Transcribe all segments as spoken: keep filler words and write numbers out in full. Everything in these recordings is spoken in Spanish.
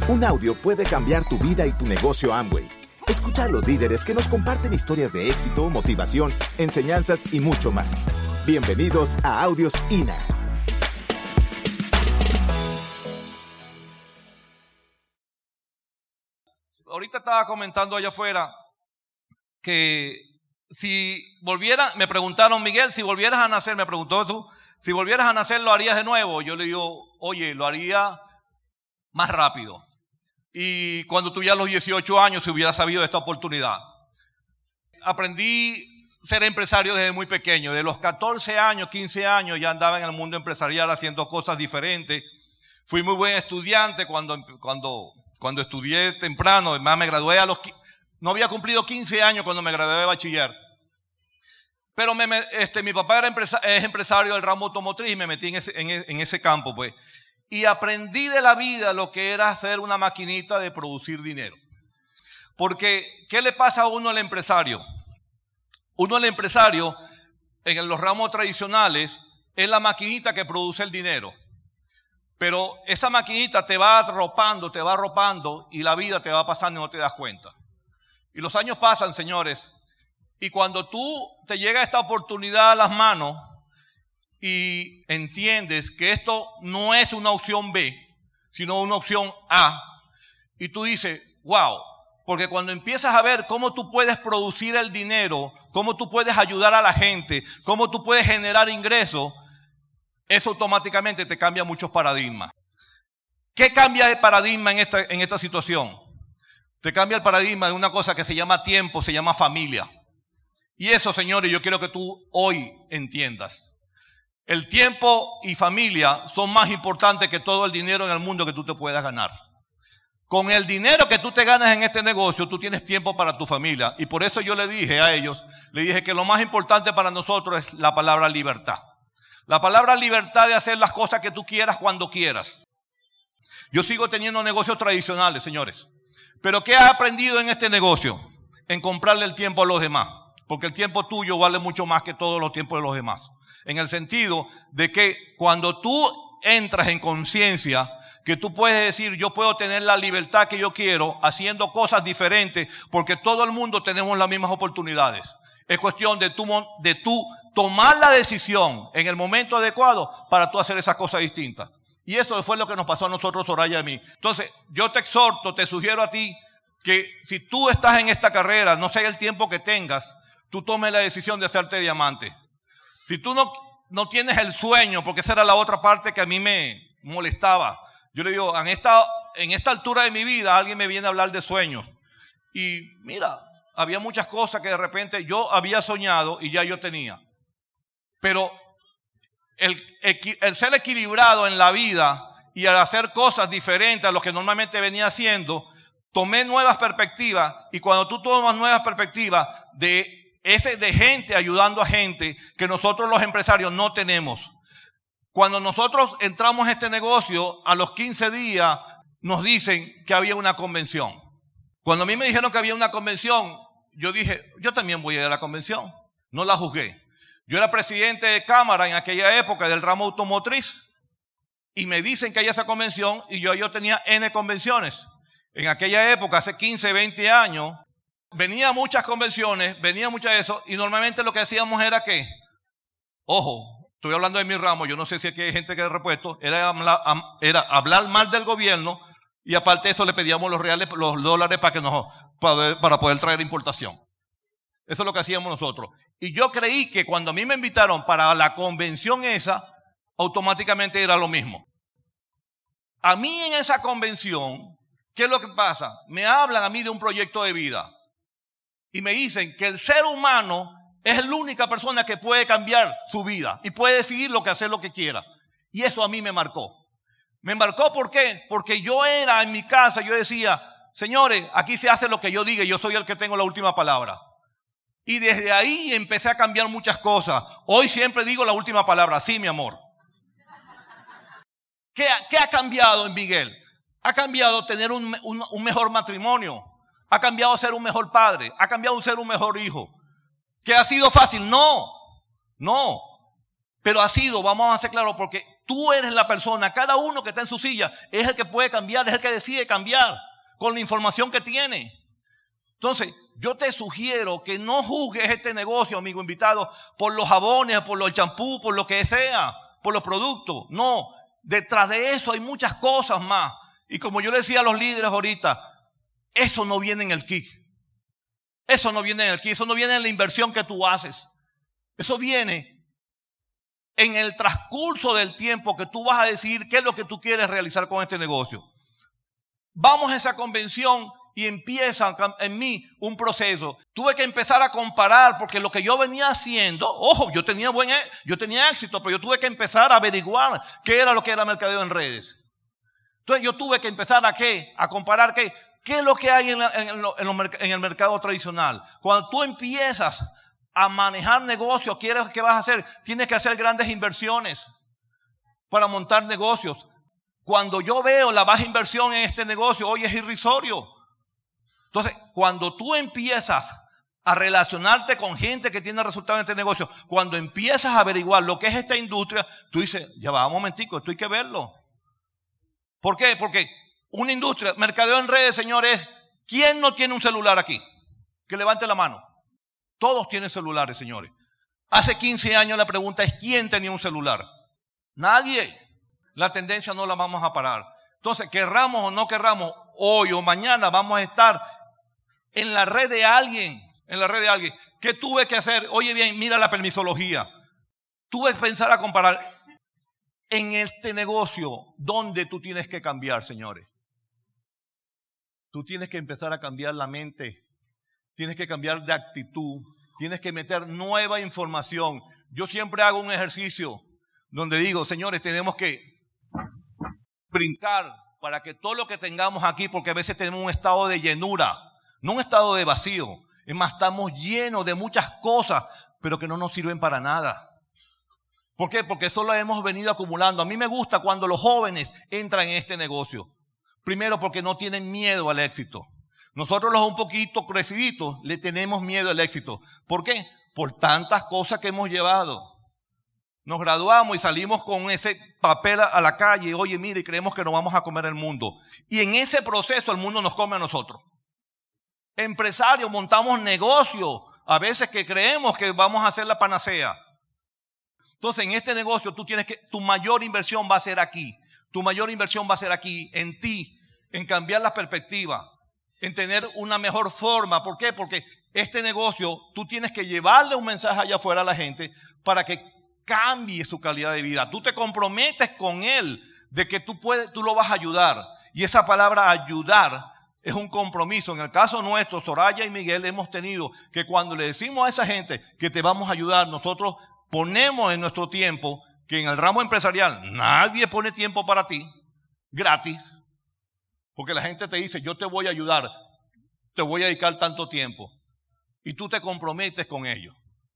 Un audio puede cambiar tu vida y tu negocio Amway. Escucha a los líderes que nos comparten historias de éxito, motivación, enseñanzas y mucho más. Bienvenidos a Audios I N A. Ahorita estaba comentando allá afuera que si volviera, me preguntaron, Miguel, si volvieras a nacer, me preguntó tú, si volvieras a nacer, ¿lo harías de nuevo? Yo le digo, oye, lo haría más rápido. Y cuando tuviera los dieciocho años, si hubiera sabido de esta oportunidad. Aprendí a ser empresario desde muy pequeño. De los catorce años, quince años, ya andaba en el mundo empresarial haciendo cosas diferentes. Fui muy buen estudiante cuando, cuando, cuando estudié temprano. Además, me gradué a los... No había cumplido quince años cuando me gradué de bachiller. Pero me, este, mi papá era empresa, es empresario del ramo automotriz y me metí en ese, en, en ese campo, pues. Y aprendí de la vida lo que era hacer una maquinita de producir dinero. Porque, ¿qué le pasa a uno al empresario? Uno al empresario, en los ramos tradicionales, es la maquinita que produce el dinero. Pero esa maquinita te va arropando, te va arropando y la vida te va pasando y no te das cuenta. Y los años pasan, señores. Y cuando tú te llega esta oportunidad a las manos y entiendes que esto no es una opción B, sino una opción A, y tú dices, wow, porque cuando empiezas a ver cómo tú puedes producir el dinero, cómo tú puedes ayudar a la gente, cómo tú puedes generar ingresos, eso automáticamente te cambia muchos paradigmas. ¿Qué cambia de paradigma en esta, en esta situación? Te cambia el paradigma de una cosa que se llama tiempo, se llama familia. Y eso, señores, yo quiero que tú hoy entiendas. El tiempo y familia son más importantes que todo el dinero en el mundo que tú te puedas ganar. Con el dinero que tú te ganas en este negocio, tú tienes tiempo para tu familia. Y por eso yo le dije a ellos, le dije que lo más importante para nosotros es la palabra libertad. La palabra libertad de hacer las cosas que tú quieras cuando quieras. Yo sigo teniendo negocios tradicionales, señores. Pero ¿qué he aprendido en este negocio? En comprarle el tiempo a los demás. Porque el tiempo tuyo vale mucho más que todos los tiempos de los demás. En el sentido de que cuando tú entras en conciencia, que tú puedes decir, yo puedo tener la libertad que yo quiero, haciendo cosas diferentes, porque todo el mundo tenemos las mismas oportunidades. Es cuestión de tú, de tú tomar la decisión en el momento adecuado para tú hacer esas cosas distintas. Y eso fue lo que nos pasó a nosotros, Soraya y a mí. Entonces, yo te exhorto, te sugiero a ti, que si tú estás en esta carrera, no sé el tiempo que tengas, tú tomes la decisión de hacerte diamante. Si tú no, no tienes el sueño, porque esa era la otra parte que a mí me molestaba. Yo le digo, en esta, en esta altura de mi vida alguien me viene a hablar de sueños. Y mira, había muchas cosas que de repente yo había soñado y ya yo tenía. Pero el, el ser equilibrado en la vida y al hacer cosas diferentes a lo que normalmente venía haciendo, tomé nuevas perspectivas. Y cuando tú tomas nuevas perspectivas de ese de gente ayudando a gente que nosotros los empresarios no tenemos. Cuando nosotros entramos a este negocio, a los quince días nos dicen que había una convención. Cuando a mí me dijeron que había una convención, yo dije, yo también voy a ir a la convención. No la juzgué. Yo era presidente de cámara en aquella época del ramo automotriz y me dicen que hay esa convención y yo, yo tenía N convenciones. En aquella época, hace quince, veinte años, venía muchas convenciones, venía muchas de eso, y normalmente lo que hacíamos era que, ojo, estoy hablando de mi ramo, yo no sé si aquí hay gente que es repuesto, era, era hablar mal del gobierno, y aparte de eso le pedíamos los reales, los dólares para, que nos, para, para poder traer importación. Eso es lo que hacíamos nosotros. Y yo creí que cuando a mí me invitaron para la convención esa, automáticamente era lo mismo. A mí en esa convención, ¿qué es lo que pasa? Me hablan a mí de un proyecto de vida. Y me dicen que el ser humano es la única persona que puede cambiar su vida y puede decidir lo que hacer lo que quiera. Y eso a mí me marcó. Me marcó ¿por qué? Porque yo era en mi casa, yo decía, señores, aquí se hace lo que yo diga y yo soy el que tengo la última palabra. Y desde ahí empecé a cambiar muchas cosas. Hoy siempre digo la última palabra, sí, mi amor. ¿Qué, qué ha cambiado en Miguel? Ha cambiado tener un, un, un mejor matrimonio. Ha cambiado ser un mejor padre. Ha cambiado ser un mejor hijo. ¿Que ha sido fácil? No. No. Pero ha sido, vamos a ser claros, porque Tú eres la persona, cada uno que está en su silla es el que puede cambiar, es el que decide cambiar con la información que tiene. Entonces, yo te sugiero que no juzgues este negocio, amigo invitado, por los jabones, por los champús, por lo que sea, por los productos. No, detrás de eso hay muchas cosas más. Y como yo le decía a los líderes ahorita, eso no viene en el kit. Eso no viene en el kit, eso no viene en la inversión que tú haces. Eso viene en el transcurso del tiempo que tú vas a decidir qué es lo que tú quieres realizar con este negocio. Vamos a esa convención y empieza en mí un proceso. Tuve que empezar a comparar porque lo que yo venía haciendo, ojo, yo tenía buen, yo tenía éxito, pero yo tuve que empezar a averiguar qué era lo que era mercadeo en redes. Entonces yo tuve que empezar a qué, a comparar qué, qué es lo que hay en, la, en, lo, en, lo, en el mercado tradicional. Cuando tú empiezas a manejar negocios, ¿quieres qué vas a hacer? Tienes que hacer grandes inversiones para montar negocios. Cuando yo veo la baja inversión en este negocio, hoy es irrisorio. Entonces, cuando tú empiezas a relacionarte con gente que tiene resultados en este negocio, cuando empiezas a averiguar lo que es esta industria, tú dices, ya va, un momentico, esto hay que verlo. ¿Por qué? Porque una industria, mercadeo en redes, señores, ¿quién no tiene un celular aquí? Que levante la mano. Todos tienen celulares, señores. Hace quince años la pregunta es, ¿quién tenía un celular? Nadie. La tendencia no la vamos a parar. Entonces, querramos o no querramos, hoy o mañana vamos a estar en la red de alguien, en la red de alguien. ¿Qué tuve que hacer? Oye bien, mira la permisología. Tuve que pensar a comparar en este negocio donde tú tienes que cambiar, señores. Tú tienes que empezar a cambiar la mente. Tienes que cambiar de actitud. Tienes que meter nueva información. Yo siempre hago un ejercicio donde digo, señores, tenemos que brincar para que todo lo que tengamos aquí, porque a veces tenemos un estado de llenura, no un estado de vacío. Es más, estamos llenos de muchas cosas, pero que no nos sirven para nada. ¿Por qué? Porque eso lo hemos venido acumulando. A mí me gusta cuando los jóvenes entran en este negocio. Primero, porque no tienen miedo al éxito. Nosotros los un poquito creciditos le tenemos miedo al éxito. ¿Por qué? Por tantas cosas que hemos llevado. Nos graduamos y salimos con ese papel a la calle. Oye, mire, creemos que nos vamos a comer el mundo. Y en ese proceso el mundo nos come a nosotros. Empresarios, montamos negocios. A veces que creemos que vamos a hacer la panacea. Entonces, en este negocio tú tienes que, tu mayor inversión va a ser aquí. Tu mayor inversión va a ser aquí, en ti, en cambiar la perspectiva, en tener una mejor forma. ¿Por qué? Porque este negocio tú tienes que llevarle un mensaje allá afuera a la gente para que cambie su calidad de vida. Tú te comprometes con él de que tú puedes, tú lo vas a ayudar. Y esa palabra ayudar es un compromiso. En el caso nuestro, Soraya y Miguel hemos tenido que cuando le decimos a esa gente que te vamos a ayudar, nosotros ponemos en nuestro tiempo, que en el ramo empresarial nadie pone tiempo para ti, gratis. Porque la gente te dice, yo te voy a ayudar, te voy a dedicar tanto tiempo. Y tú te comprometes con ellos.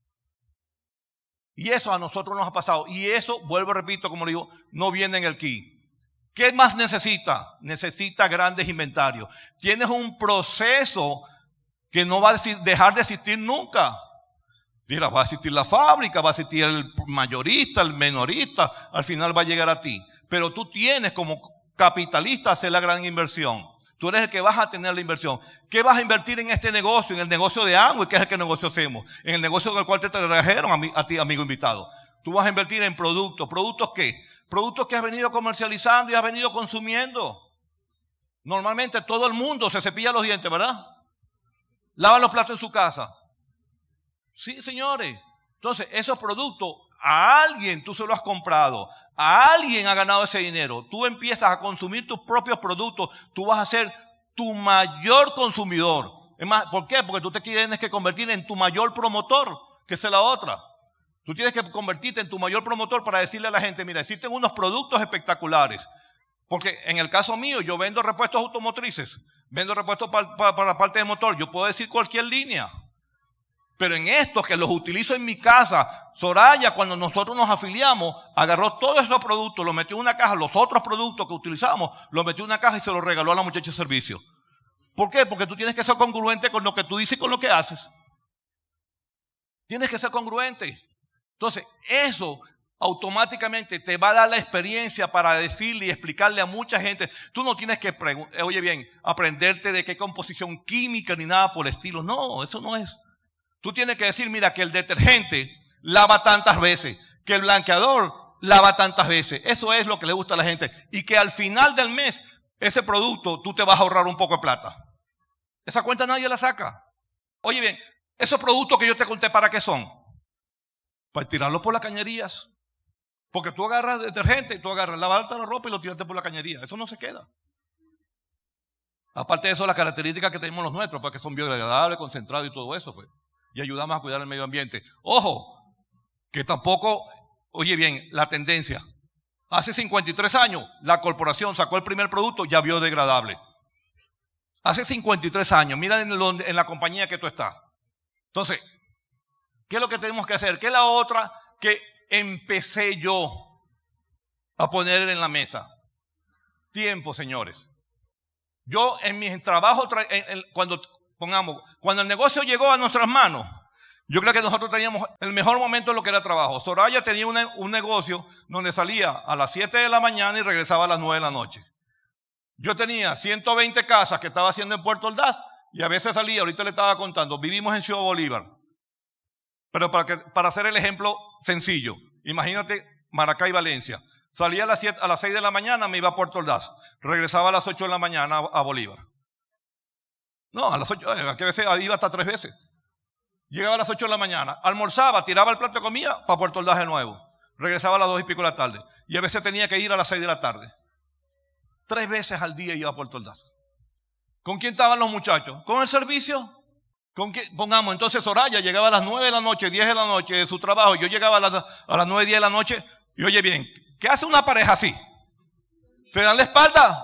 Y eso a nosotros nos ha pasado. Y eso, vuelvo y repito, como le digo, no viene en el kit. ¿Qué más necesita? Necesita grandes inventarios. Tienes un proceso que no va a dejar de existir nunca. Mira, va a existir la fábrica, va a existir el mayorista, el menorista, al final va a llegar a ti. Pero tú tienes como capitalista hacer la gran inversión. Tú eres el que vas a tener la inversión. ¿Qué vas a invertir en este negocio? En el negocio de Amway, que es el que negocio hacemos. En el negocio del cual te trajeron a, mí, a ti, amigo invitado. Tú vas a invertir en productos. ¿Productos qué? Productos que has venido comercializando y has venido consumiendo. Normalmente todo el mundo se cepilla los dientes, ¿verdad? Lava los platos en su casa. Sí, señores. Entonces, esos productos, a alguien tú se lo has comprado. A alguien ha ganado ese dinero. Tú empiezas a consumir tus propios productos. Tú vas a ser tu mayor consumidor. Es más, ¿por qué? Porque tú te tienes que convertir en tu mayor promotor, que es la otra. Tú tienes que convertirte en tu mayor promotor para decirle a la gente, mira, existen unos productos espectaculares. Porque en el caso mío, yo vendo repuestos automotrices. Vendo repuestos para, para, para la parte de motor. Yo puedo decir cualquier línea. Pero en estos que los utilizo en mi casa, Soraya, cuando nosotros nos afiliamos, agarró todos esos productos, los metió en una caja, los otros productos que utilizamos, los metió en una caja y se los regaló a la muchacha de servicio. ¿Por qué? Porque tú tienes que ser congruente con lo que tú dices y con lo que haces. Tienes que ser congruente. Entonces, eso, automáticamente te va a dar la experiencia para decirle y explicarle a mucha gente. Tú no tienes que, oye bien, aprenderte de qué composición química ni nada por el estilo. No, eso no es. Tú tienes que decir, mira, que el detergente lava tantas veces, que el blanqueador lava tantas veces. Eso es lo que le gusta a la gente. Y que al final del mes, ese producto, tú te vas a ahorrar un poco de plata. Esa cuenta nadie la saca. Oye bien, esos productos que yo te conté, ¿para qué son? Para tirarlos por las cañerías. Porque tú agarras detergente y tú agarras, lavarte la ropa y lo tiraste por la cañería. Eso no se queda. Aparte de eso, las características que tenemos los nuestros, porque son biodegradables, concentrados y todo eso, pues. Y ayudamos a cuidar el medio ambiente. Ojo, que tampoco, oye bien, la tendencia. Hace cincuenta y tres años, la corporación sacó el primer producto ya biodegradable. Hace cincuenta y tres años, mira en, lo, en la compañía que tú estás. Entonces, ¿qué es lo que tenemos que hacer? ¿Qué es la otra que empecé yo a poner en la mesa? Tiempo, señores. Yo en mis trabajos, en, en, cuando, pongamos, cuando el negocio llegó a nuestras manos, yo creo que nosotros teníamos el mejor momento en lo que era trabajo. Soraya tenía una, un negocio donde salía a las siete de la mañana y regresaba a las nueve de la noche. Yo tenía ciento veinte casas que estaba haciendo en Puerto Ordaz y a veces salía, ahorita le estaba contando, vivimos en Ciudad Bolívar. Pero para, que, para hacer el ejemplo sencillo, imagínate Maracay, Valencia. Salía a las, siete, a las seis de la mañana, me iba a Puerto Ordaz. Regresaba a las ocho de la mañana a, a Bolívar. No, a las ocho, a que veces iba hasta tres veces. Llegaba a las ocho de la mañana, almorzaba, tiraba el plato de comida para Puerto Ordaz de nuevo. Regresaba a las dos y pico de la tarde. Y a veces tenía que ir a las seis de la tarde. Tres veces al día iba a Puerto Ordaz. ¿Con quién estaban los muchachos? ¿Con el servicio? ¿Con qué? Pongamos, entonces Soraya llegaba a las nueve de la noche, diez de la noche de su trabajo. Yo llegaba a las, a las nueve, diez de la noche. Y oye bien, ¿qué hace una pareja así? ¿Se dan la espalda?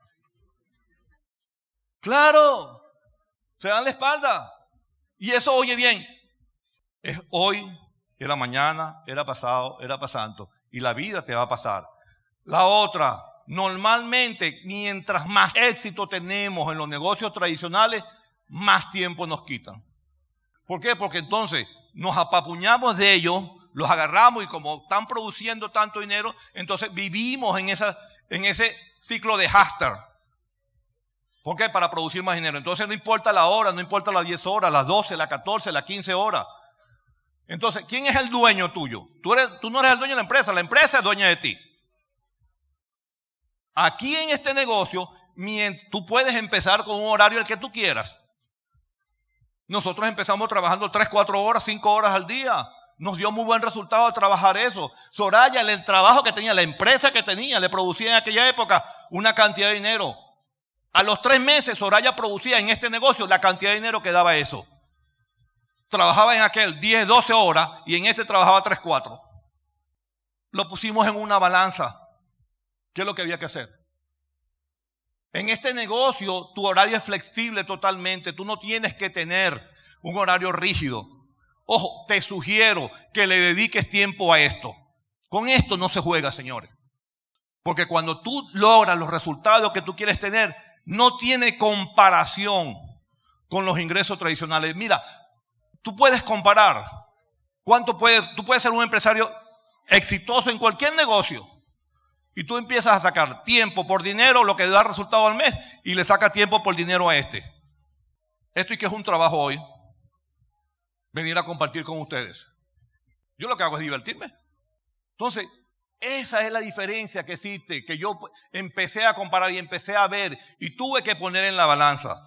Claro, se dan la espalda. Y eso, oye bien, es hoy, era mañana, era pasado, era pasando. Y la vida te va a pasar. La otra, normalmente, mientras más éxito tenemos en los negocios tradicionales, más tiempo nos quitan. ¿Por qué? Porque entonces nos apapuñamos de ellos, los agarramos y como están produciendo tanto dinero, entonces vivimos en, esa, en ese ciclo de hámster. ¿Por qué? Para producir más dinero. Entonces no importa la hora, no importa las diez horas, las doce, las catorce, las quince horas. Entonces, ¿quién es el dueño tuyo? Tú, eres, tú no eres el dueño de la empresa, la empresa es dueña de ti. Aquí en este negocio, tú puedes empezar con un horario el que tú quieras. Nosotros empezamos trabajando tres, cuatro horas, cinco horas al día. Nos dio muy buen resultado trabajar eso. Soraya, el trabajo que tenía, la empresa que tenía, le producía en aquella época una cantidad de dinero. A los tres meses, Soraya producía en este negocio la cantidad de dinero que daba eso. Trabajaba en aquel diez, doce horas y en este trabajaba tres, cuatro. Lo pusimos en una balanza. ¿Qué es lo que había que hacer? En este negocio, tu horario es flexible totalmente. Tú no tienes que tener un horario rígido. Ojo, te sugiero que le dediques tiempo a esto. Con esto no se juega, señores. Porque cuando tú logras los resultados que tú quieres tener, no tiene comparación con los ingresos tradicionales. Mira, tú puedes comparar. ¿Cuánto puedes? Tú puedes ser un empresario exitoso en cualquier negocio. Y tú empiezas a sacar tiempo por dinero, lo que da resultado al mes, y le sacas tiempo por dinero a este. Esto y que es un trabajo hoy. Venir a compartir con ustedes. Yo lo que hago es divertirme. Entonces, esa es la diferencia que existe, que yo empecé a comparar y empecé a ver y tuve que poner en la balanza.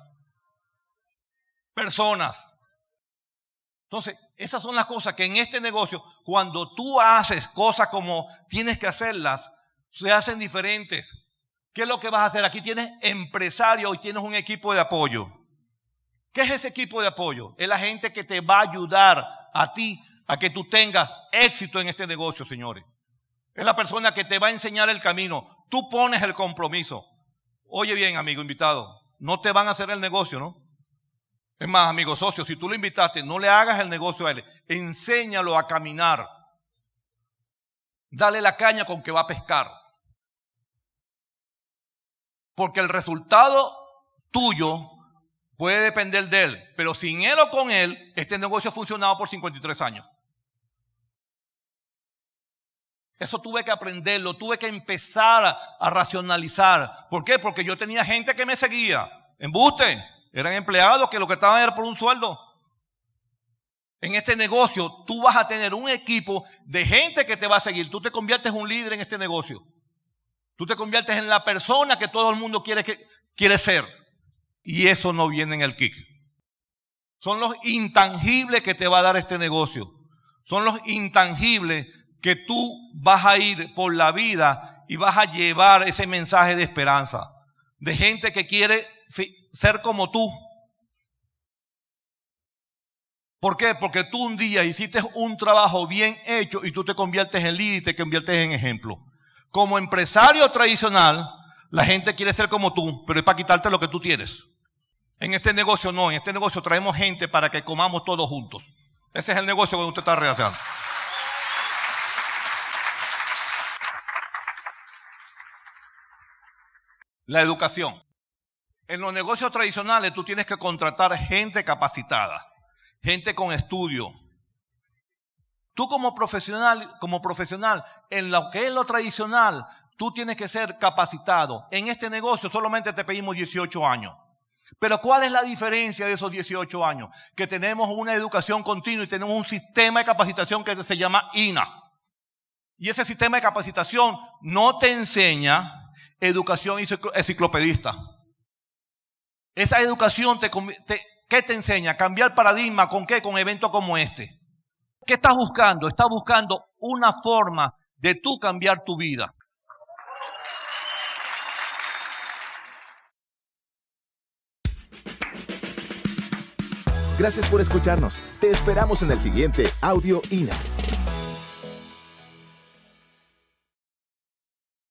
Personas. Entonces, esas son las cosas que en este negocio, cuando tú haces cosas como tienes que hacerlas, se hacen diferentes. ¿Qué es lo que vas a hacer? Aquí tienes empresarios y tienes un equipo de apoyo. ¿Qué es ese equipo de apoyo? Es la gente que te va a ayudar a ti a que tú tengas éxito en este negocio, señores. Es la persona que te va a enseñar el camino. Tú pones el compromiso. Oye bien, amigo invitado, no te van a hacer el negocio, ¿no? Es más, amigo socio, si tú lo invitaste, no le hagas el negocio a él. Enséñalo a caminar. Dale la caña con que va a pescar. Porque el resultado tuyo puede depender de él. Pero sin él o con él, este negocio ha funcionado por cincuenta y tres años. Eso tuve que aprenderlo, tuve que empezar a, a racionalizar. ¿Por qué? Porque yo tenía gente que me seguía. Embuste, eran empleados que lo que estaban era por un sueldo. En este negocio tú vas a tener un equipo de gente que te va a seguir. Tú te conviertes en un líder en este negocio. Tú te conviertes en la persona que todo el mundo quiere, que, quiere ser. Y eso no viene en el kick. Son los intangibles que te va a dar este negocio. Son los intangibles que tú vas a ir por la vida y vas a llevar ese mensaje de esperanza. De gente que quiere ser como tú. ¿Por qué? Porque tú un día hiciste un trabajo bien hecho y tú te conviertes en líder y te conviertes en ejemplo. Como empresario tradicional, la gente quiere ser como tú, pero es para quitarte lo que tú tienes. En este negocio no, en este negocio traemos gente para que comamos todos juntos. Ese es el negocio que usted está realizando. La educación. En los negocios tradicionales tú tienes que contratar gente capacitada, gente con estudio. Tú como profesional, como profesional, en lo que es lo tradicional, tú tienes que ser capacitado. En este negocio solamente te pedimos dieciocho años. Pero ¿cuál es la diferencia de esos dieciocho años? Que tenemos una educación continua y tenemos un sistema de capacitación que se llama I N A. Y ese sistema de capacitación no te enseña educación enciclopedista. Esa educación, te, te, ¿qué te enseña? Cambiar paradigma, ¿con qué? Con eventos como este. ¿Qué estás buscando? Estás buscando una forma de tú cambiar tu vida. Gracias por escucharnos. Te esperamos en el siguiente Audio I N A.